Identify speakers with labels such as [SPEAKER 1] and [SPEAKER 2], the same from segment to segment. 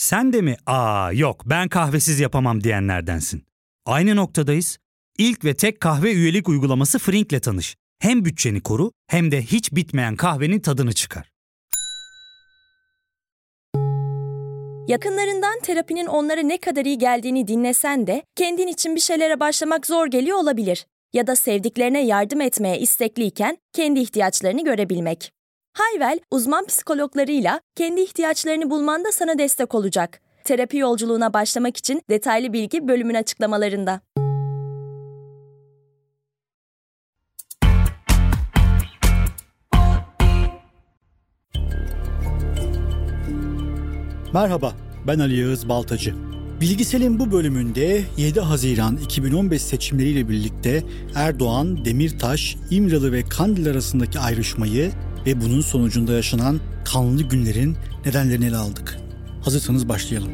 [SPEAKER 1] Sen de mi yok ben kahvesiz yapamam diyenlerdensin? Aynı noktadayız. İlk ve tek kahve üyelik uygulaması Frink'le tanış. Hem bütçeni koru hem de hiç bitmeyen kahvenin tadını çıkar.
[SPEAKER 2] Yakınlarından terapinin onlara ne kadar iyi geldiğini dinlesen de kendin için bir şeylere başlamak zor geliyor olabilir. Ya da sevdiklerine yardım etmeye istekliyken kendi ihtiyaçlarını görebilmek. Hayvel, uzman psikologlarıyla kendi ihtiyaçlarını bulmanda sana destek olacak. Terapi yolculuğuna başlamak için detaylı bilgi bölümün açıklamalarında.
[SPEAKER 3] Merhaba, ben Ali Yağız Baltacı. Bilgisel'in bu bölümünde 7 Haziran 2015 seçimleriyle birlikte Erdoğan, Demirtaş, İmralı ve Kandil arasındaki ayrışmayı ve bunun sonucunda yaşanan kanlı günlerin nedenlerini ele aldık. Hazırsanız başlayalım.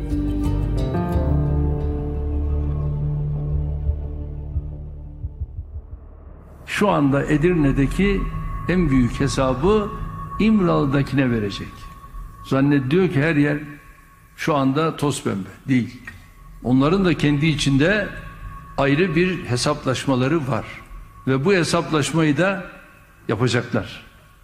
[SPEAKER 4] Şu anda Edirne'deki en büyük hesabı İmralı'dakine verecek. Zannediyor ki her yer şu anda toz pembe. Değil. Onların da kendi içinde ayrı bir hesaplaşmaları var. Ve bu hesaplaşmayı da yapacaklar.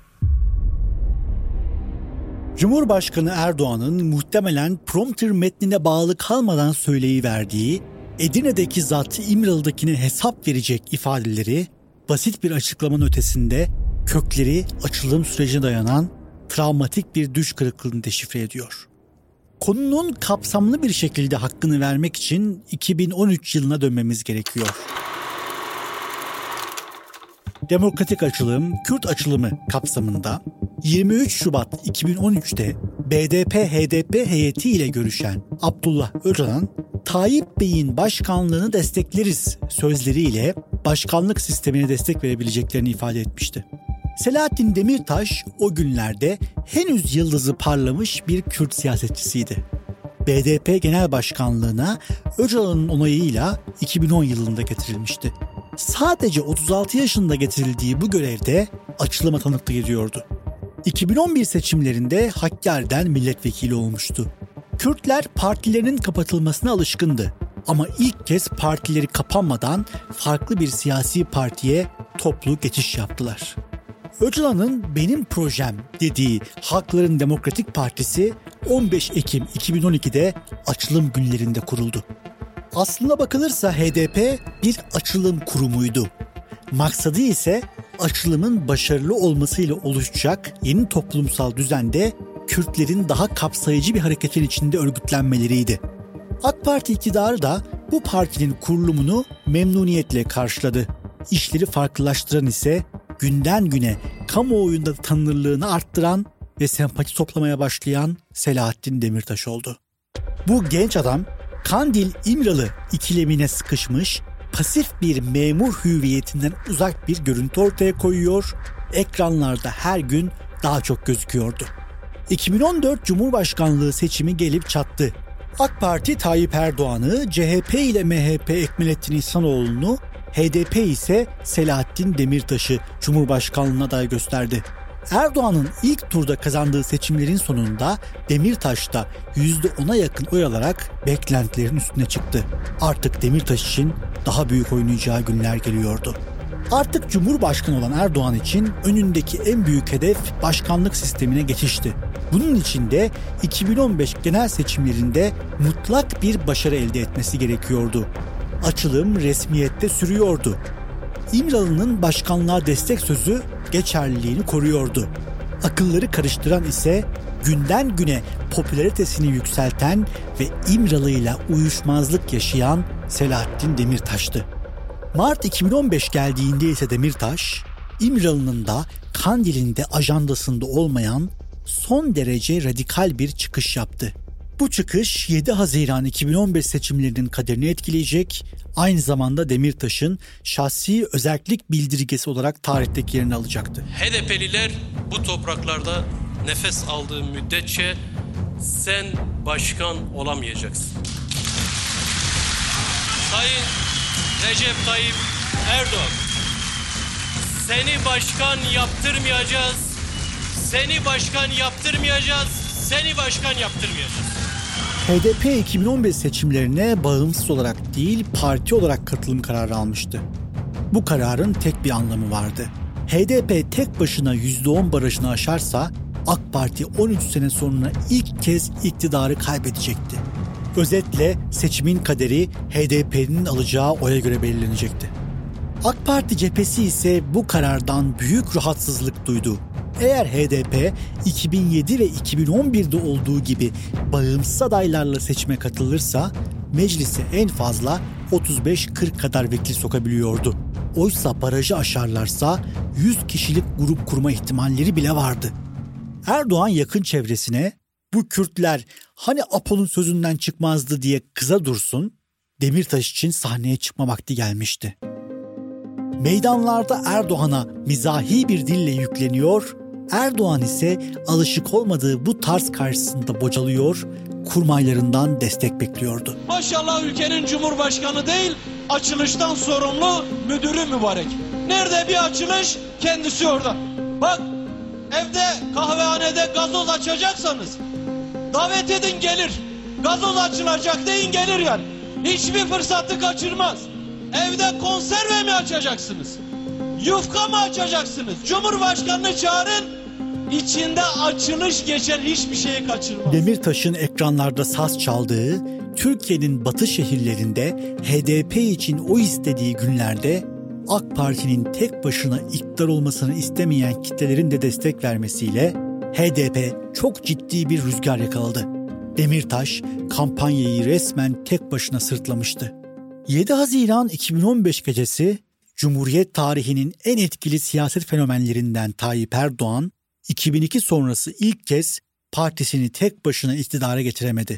[SPEAKER 3] Cumhurbaşkanı Erdoğan'ın muhtemelen prompter metnine bağlı kalmadan söyleyiverdiği Edirne'deki zat İmralı'dakine hesap verecek ifadeleri basit bir açıklamanın ötesinde kökleri açılım sürecine dayanan travmatik bir düş kırıklığını deşifre ediyor. Konunun kapsamlı bir şekilde hakkını vermek için 2013 yılına dönmemiz gerekiyor. Demokratik Açılım, Kürt Açılımı kapsamında 23 Şubat 2013'te BDP-HDP heyeti ile görüşen Abdullah Öcalan, Tayyip Bey'in başkanlığını destekleriz sözleriyle başkanlık sistemine destek verebileceklerini ifade etmişti. Selahattin Demirtaş o günlerde henüz yıldızı parlamış bir Kürt siyasetçisiydi. BDP Genel Başkanlığı'na Öcalan'ın onayıyla 2010 yılında getirilmişti. Sadece 36 yaşında getirildiği bu görevde açılıma tanıklık ediyordu. 2011 seçimlerinde Hakkari'den milletvekili olmuştu. Kürtler partilerinin kapatılmasına alışkındı ama ilk kez partileri kapanmadan farklı bir siyasi partiye toplu geçiş yaptılar. Öcalan'ın benim projem dediği Halkların Demokratik Partisi 15 Ekim 2012'de açılım günlerinde kuruldu. Aslına bakılırsa HDP bir açılım kurumuydu. Maksadı ise açılımın başarılı olmasıyla oluşacak yeni toplumsal düzende Kürtlerin daha kapsayıcı bir hareketin içinde örgütlenmeleriydi. AK Parti iktidarı da bu partinin kurulumunu memnuniyetle karşıladı. İşleri farklılaştıran ise günden güne kamuoyunda tanınırlığını arttıran ve sempati toplamaya başlayan Selahattin Demirtaş oldu. Bu genç adam Kandil-İmralı ikilemine sıkışmış, pasif bir memur hüviyetinden uzak bir görüntü ortaya koyuyor, ekranlarda her gün daha çok gözüküyordu. 2014 Cumhurbaşkanlığı seçimi gelip çattı. AK Parti Tayyip Erdoğan'ı, CHP ile MHP Ekmelettin İhsanoğlu'nu, HDP ise Selahattin Demirtaş'ı Cumhurbaşkanlığına aday gösterdi. Erdoğan'ın ilk turda kazandığı seçimlerin sonunda Demirtaş da %10'a yakın oy alarak beklentilerin üstüne çıktı. Artık Demirtaş için daha büyük oynayacağı günler geliyordu. Artık Cumhurbaşkanı olan Erdoğan için önündeki en büyük hedef başkanlık sistemine geçişti. Bunun için de 2015 genel seçimlerinde mutlak bir başarı elde etmesi gerekiyordu. Açılım resmiyette sürüyordu. İmralı'nın başkanlığa destek sözü geçerliliğini koruyordu. Akılları karıştıran ise günden güne popülaritesini yükselten ve İmralı'yla uyuşmazlık yaşayan Selahattin Demirtaş'tı. Mart 2015 geldiğinde ise Demirtaş, İmralı'nın da Kandil'in de ajandasında olmayan son derece radikal bir çıkış yaptı. Bu çıkış 7 Haziran 2015 seçimlerinin kaderini etkileyecek, aynı zamanda Demirtaş'ın şahsi özellik bildirgesi olarak tarihteki yerini alacaktı.
[SPEAKER 5] HDP'liler bu topraklarda nefes aldığı müddetçe sen başkan olamayacaksın. Sayın Recep Tayyip Erdoğan, seni başkan yaptırmayacağız, seni başkan yaptırmayacağız, seni başkan yaptırmayacağız.
[SPEAKER 3] HDP 2015 seçimlerine bağımsız olarak değil, parti olarak katılım kararı almıştı. Bu kararın tek bir anlamı vardı. HDP tek başına %10 barajını aşarsa AK Parti 13 sene sonra ilk kez iktidarı kaybedecekti. Özetle seçimin kaderi HDP'nin alacağı oya göre belirlenecekti. AK Parti cephesi ise bu karardan büyük rahatsızlık duydu. Eğer HDP 2007 ve 2011'de olduğu gibi bağımsız adaylarla seçime katılırsa meclise en fazla 35-40 kadar vekil sokabiliyordu. Oysa barajı aşarlarsa 100 kişilik grup kurma ihtimalleri bile vardı. Erdoğan yakın çevresine bu Kürtler hani Apo'nun sözünden çıkmazdı diye kıza dursun, Demirtaş için sahneye çıkma vakti gelmişti. Meydanlarda Erdoğan'a mizahi bir dille yükleniyor, Erdoğan ise alışık olmadığı bu tarz karşısında bocalıyor, kurmaylarından destek bekliyordu.
[SPEAKER 6] Maşallah ülkenin cumhurbaşkanı değil, açılıştan sorumlu müdürü mübarek. Nerede bir açılış, kendisi orada. Bak, evde kahvehanede gazoz açacaksanız davet edin gelir. Gazoz açılacak deyin gelir yani. Hiçbir fırsatı kaçırmaz. Evde konserve mi açacaksınız? Yufka mı açacaksınız? Cumhurbaşkanını çağırın. İçinde açılış geçen hiçbir şeyi kaçırmaz.
[SPEAKER 3] Demirtaş'ın ekranlarda saz çaldığı, Türkiye'nin batı şehirlerinde HDP için o istediği günlerde AK Parti'nin tek başına iktidar olmasını istemeyen kitlelerin de destek vermesiyle HDP çok ciddi bir rüzgar yakaladı. Demirtaş kampanyayı resmen tek başına sırtlamıştı. 7 Haziran 2015 gecesi Cumhuriyet tarihinin en etkili siyaset fenomenlerinden Tayyip Erdoğan, 2002 sonrası ilk kez partisini tek başına iktidara getiremedi.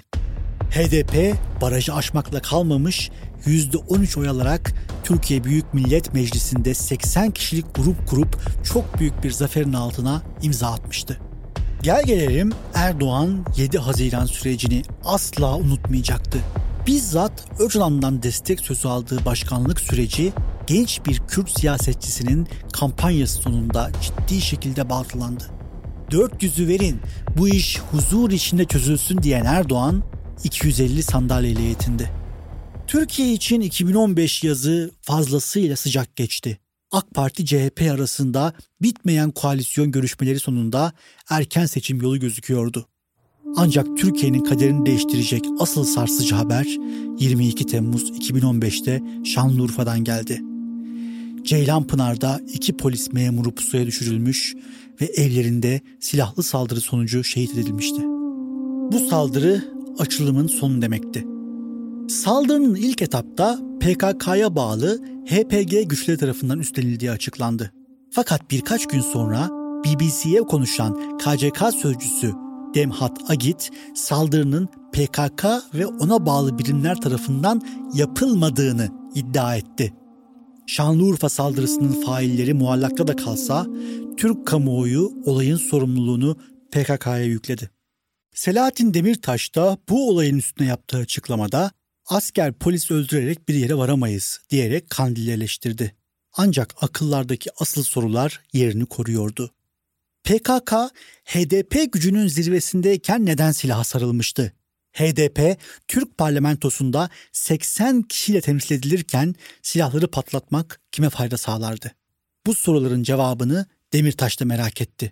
[SPEAKER 3] HDP barajı aşmakla kalmamış, %13 oy alarak Türkiye Büyük Millet Meclisi'nde 80 kişilik grup kurup çok büyük bir zaferin altına imza atmıştı. Gel gelelim Erdoğan 7 Haziran sürecini asla unutmayacaktı. Bizzat Öcalan'dan destek sözü aldığı başkanlık süreci genç bir Kürt siyasetçisinin kampanyası sonunda ciddi şekilde baltalandı. 400'ü verin, bu iş huzur içinde çözülsün diyen Erdoğan 250 sandalyeyle yetindi. Türkiye için 2015 yazı fazlasıyla sıcak geçti. AK Parti CHP arasında bitmeyen koalisyon görüşmeleri sonunda erken seçim yolu gözüküyordu. Ancak Türkiye'nin kaderini değiştirecek asıl sarsıcı haber 22 Temmuz 2015'te Şanlıurfa'dan geldi. Ceylanpınar'da 2 polis memuru pusuya düşürülmüş ve evlerinde silahlı saldırı sonucu şehit edilmişti. Bu saldırı açılımın sonu demekti. Saldırının ilk etapta PKK'ya bağlı HPG güçleri tarafından üstlenildiği açıklandı. Fakat birkaç gün sonra BBC'ye konuşan KCK sözcüsü Demhat Agit, saldırının PKK ve ona bağlı birimler tarafından yapılmadığını iddia etti. Şanlıurfa saldırısının failleri muallakta da kalsa, Türk kamuoyu olayın sorumluluğunu PKK'ya yükledi. Selahattin Demirtaş da bu olayın üstüne yaptığı açıklamada, asker polis öldürerek bir yere varamayız diyerek Kandil'i eleştirdi. Ancak akıllardaki asıl sorular yerini koruyordu. PKK, HDP gücünün zirvesindeyken neden silaha sarılmıştı? HDP, Türk parlamentosunda 80 kişiyle temsil edilirken silahları patlatmak kime fayda sağlardı? Bu soruların cevabını Demirtaş da merak etti.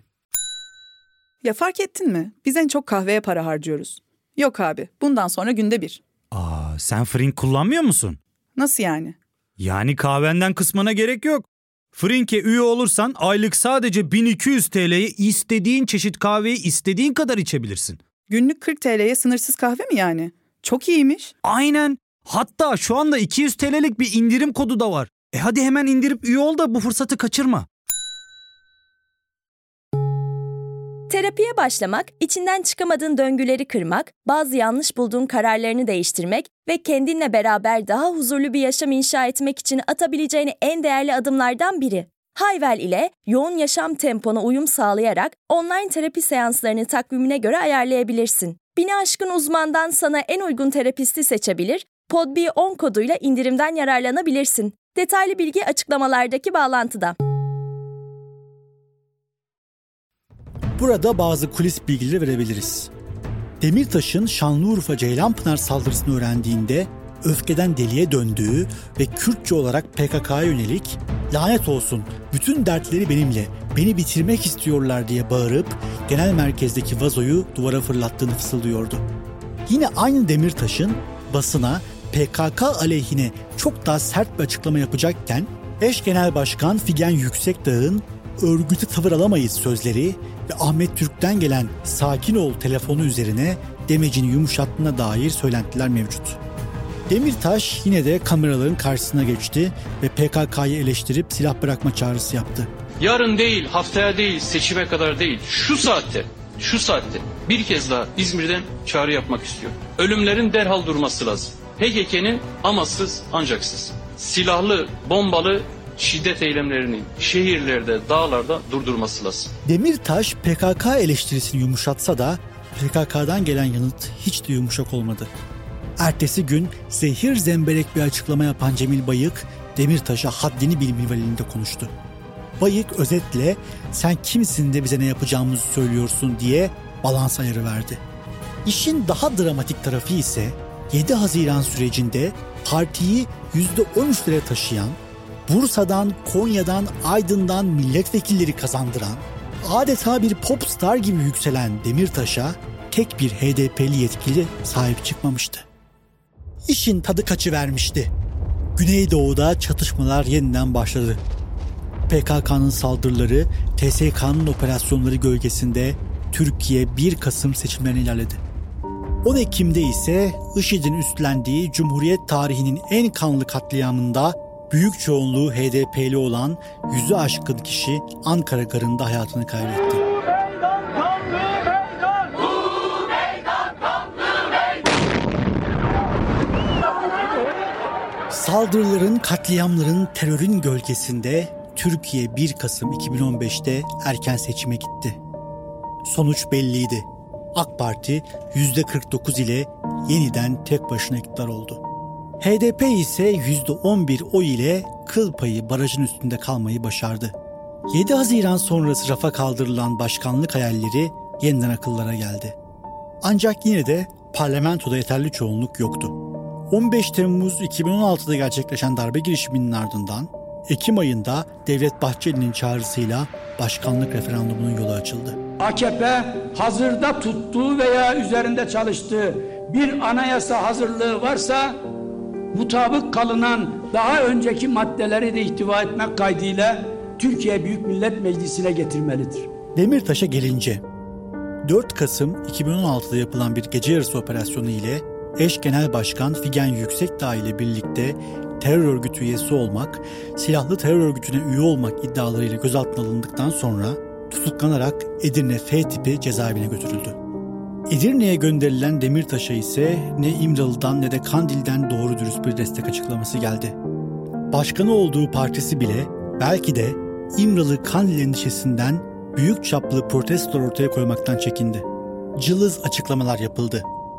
[SPEAKER 7] Ya fark ettin mi? Biz en çok kahveye para harcıyoruz. Yok abi, bundan sonra günde 1.
[SPEAKER 1] Sen Frink kullanmıyor musun?
[SPEAKER 7] Nasıl yani?
[SPEAKER 1] Yani kahvenden kısmına gerek yok. Frink'e üye olursan aylık sadece 1200 TL'ye istediğin çeşit kahveyi istediğin kadar içebilirsin.
[SPEAKER 7] Günlük 40 TL'ye sınırsız kahve mi yani? Çok iyiymiş.
[SPEAKER 1] Aynen. Hatta şu anda 200 TL'lik bir indirim kodu da var. Hadi hemen indirip üye ol da bu fırsatı kaçırma.
[SPEAKER 2] Terapiye başlamak, içinden çıkamadığın döngüleri kırmak, bazı yanlış bulduğun kararlarını değiştirmek ve kendinle beraber daha huzurlu bir yaşam inşa etmek için atabileceğin en değerli adımlardan biri. Hayvel ile yoğun yaşam tempona uyum sağlayarak online terapi seanslarını takvimine göre ayarlayabilirsin. 1000'i aşkın uzmandan sana en uygun terapisti seçebilir, PODB10 koduyla indirimden yararlanabilirsin. Detaylı bilgi açıklamalardaki bağlantıda.
[SPEAKER 3] Burada bazı kulis bilgileri verebiliriz. Demirtaş'ın Şanlıurfa Ceylanpınar saldırısını öğrendiğinde öfkeden deliye döndüğü ve Kürtçe olarak PKK'ya yönelik "Lanet olsun, bütün dertleri benimle, beni bitirmek istiyorlar" diye bağırıp genel merkezdeki vazoyu duvara fırlattığını fısıldıyordu. Yine aynı Demirtaş'ın basına PKK aleyhine çok daha sert bir açıklama yapacakken eş genel başkan Figen Yüksekdağ'ın "örgüte tavır alamayız" sözleri ve Ahmet Türk'ten gelen "sakin ol" telefonu üzerine demecini yumuşattığına dair söylentiler mevcut. Demirtaş yine de kameraların karşısına geçti ve PKK'yı eleştirip silah bırakma çağrısı yaptı.
[SPEAKER 8] Yarın değil, haftaya değil, seçime kadar değil, şu saatte bir kez daha İzmir'den çağrı yapmak istiyorum. Ölümlerin derhal durması lazım. PKK'nın amaçsız ancaksız, silahlı, bombalı şiddet eylemlerini şehirlerde, dağlarda durdurması lazım.
[SPEAKER 3] Demirtaş PKK eleştirisini yumuşatsa da PKK'dan gelen yanıt hiç de yumuşak olmadı. Ertesi gün zehir zemberek bir açıklama yapan Cemil Bayık, Demirtaş'a haddini bil minvalinde konuştu. Bayık özetle "sen kimsin de bize ne yapacağımızı söylüyorsun" diye balans ayarı verdi. İşin daha dramatik tarafı ise 7 Haziran sürecinde partiyi %13'lere taşıyan, Bursa'dan, Konya'dan, Aydın'dan milletvekilleri kazandıran, adeta bir popstar gibi yükselen Demirtaş'a tek bir HDP'li yetkili sahip çıkmamıştı. İşin tadı kaçıvermişti. Güneydoğu'da çatışmalar yeniden başladı. PKK'nın saldırıları, TSK'nın operasyonları gölgesinde Türkiye 1 Kasım seçimlerine ilerledi. 10 Ekim'de ise IŞİD'in üstlendiği Cumhuriyet tarihinin en kanlı katliamında büyük çoğunluğu HDP'li olan 100'ü aşkın kişi Ankara Garı'nda hayatını kaybetti. Saldırıların, katliamların, terörün gölgesinde Türkiye 1 Kasım 2015'te erken seçime gitti. Sonuç belliydi. AK Parti %49 ile yeniden tek başına iktidar oldu. HDP ise %11 oy ile kıl payı barajın üstünde kalmayı başardı. 7 Haziran sonrası rafa kaldırılan başkanlık hayalleri yeniden akıllara geldi. Ancak yine de parlamentoda yeterli çoğunluk yoktu. 15 Temmuz 2016'da gerçekleşen darbe girişiminin ardından Ekim ayında Devlet Bahçeli'nin çağrısıyla başkanlık referandumunun yolu açıldı.
[SPEAKER 9] AKP hazırda tuttuğu veya üzerinde çalıştığı bir anayasa hazırlığı varsa mutabık kalınan daha önceki maddeleri de ihtiva etmek kaydıyla Türkiye Büyük Millet Meclisi'ne getirmelidir.
[SPEAKER 3] Demirtaş'a gelince 4 Kasım 2016'da yapılan bir gece yarısı operasyonu ile eş genel başkan Figen Yüksekdağ ile birlikte terör örgütü üyesi olmak, silahlı terör örgütüne üye olmak iddialarıyla gözaltına alındıktan sonra tutuklanarak Edirne F tipi cezaevine götürüldü. Edirne'ye gönderilen Demirtaş'a ise ne İmralı'dan ne de Kandil'den doğru dürüst bir destek açıklaması geldi. Başkanı olduğu partisi bile belki de İmralı Kandil endişesinden büyük çaplı protestolar ortaya koymaktan çekindi. Cılız açıklamalar yapıldı.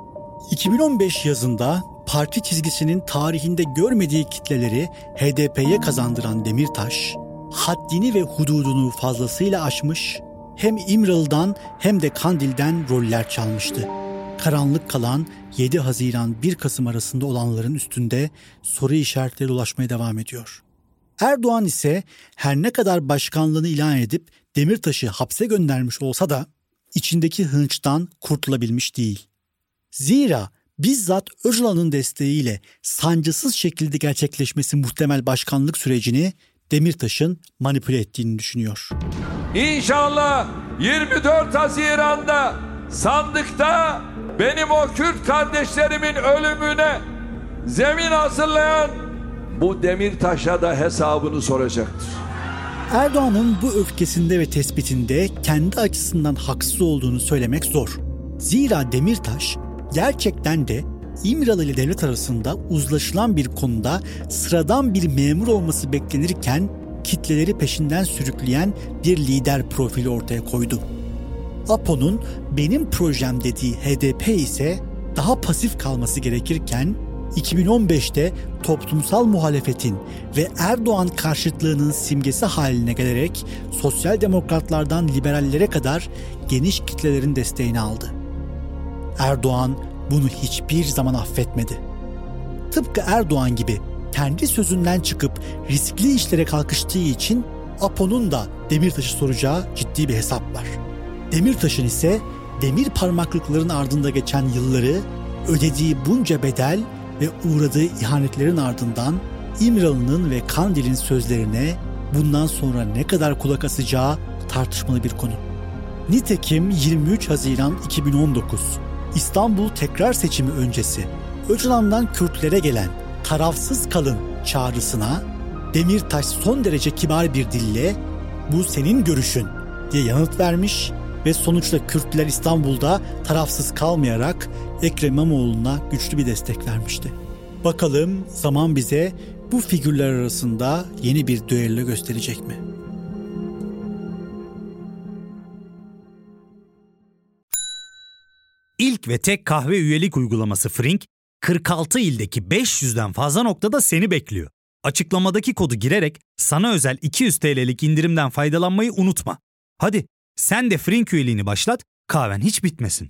[SPEAKER 3] 2015 yazında parti çizgisinin tarihinde görmediği kitleleri HDP'ye kazandıran Demirtaş, haddini ve hududunu fazlasıyla aşmış, hem İmralı'dan hem de Kandil'den roller çalmıştı. Karanlık kalan 7 Haziran 1 Kasım arasında olanların üstünde soru işaretleri dolaşmaya devam ediyor. Erdoğan ise her ne kadar başkanlığını ilan edip Demirtaş'ı hapse göndermiş olsa da içindeki hınçtan kurtulabilmiş değil. Zira bizzat Öcalan'ın desteğiyle sancısız şekilde gerçekleşmesi muhtemel başkanlık sürecini Demirtaş'ın manipüle ettiğini düşünüyor.
[SPEAKER 10] İnşallah 24 Haziran'da sandıkta benim o Kürt kardeşlerimin ölümüne zemin hazırlayan bu Demirtaş'a da hesabını soracaktır.
[SPEAKER 3] Erdoğan'ın bu öfkesinde ve tespitinde kendi açısından haksız olduğunu söylemek zor. Zira Demirtaş gerçekten de İmralı ile devlet arasında uzlaşılan bir konuda sıradan bir memur olması beklenirken kitleleri peşinden sürükleyen bir lider profili ortaya koydu. APO'nun benim projem dediği HDP ise daha pasif kalması gerekirken 2015'te toplumsal muhalefetin ve Erdoğan karşıtlığının simgesi haline gelerek sosyal demokratlardan liberallere kadar geniş kitlelerin desteğini aldı. Erdoğan bunu hiçbir zaman affetmedi. Tıpkı Erdoğan gibi kendi sözünden çıkıp riskli işlere kalkıştığı için Apo'nun da Demirtaş'ı soracağı ciddi bir hesap var. Demirtaş'ın ise demir parmaklıkların ardında geçen yılları, ödediği bunca bedel ve uğradığı ihanetlerin ardından İmralı'nın ve Kandil'in sözlerine bundan sonra ne kadar kulak asacağı tartışmalı bir konu. Nitekim 23 Haziran 2019 İstanbul tekrar seçimi öncesi Öcalan'dan Kürtlere gelen tarafsız kalın çağrısına Demirtaş son derece kibar bir dille "Bu senin görüşün" diye yanıt vermiş ve sonuçta Kürtler İstanbul'da tarafsız kalmayarak Ekrem İmamoğlu'na güçlü bir destek vermişti. Bakalım zaman bize bu figürler arasında yeni bir düello gösterecek mi?
[SPEAKER 1] İlk ve tek kahve üyelik uygulaması Frink, 46 ildeki 500'den fazla noktada seni bekliyor. Açıklamadaki kodu girerek sana özel 200 TL'lik indirimden faydalanmayı unutma. Hadi sen de Frink üyeliğini başlat, kahven hiç bitmesin.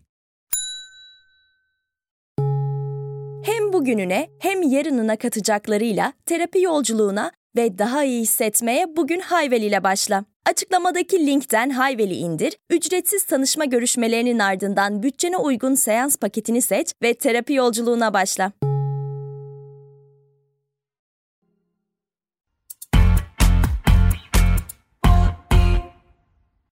[SPEAKER 2] Hem bugününe hem yarınına katacaklarıyla terapi yolculuğuna ve daha iyi hissetmeye bugün Hayvel ile başla. Açıklamadaki linkten Hayvel'i indir, ücretsiz tanışma görüşmelerinin ardından bütçene uygun seans paketini seç ve terapi yolculuğuna başla.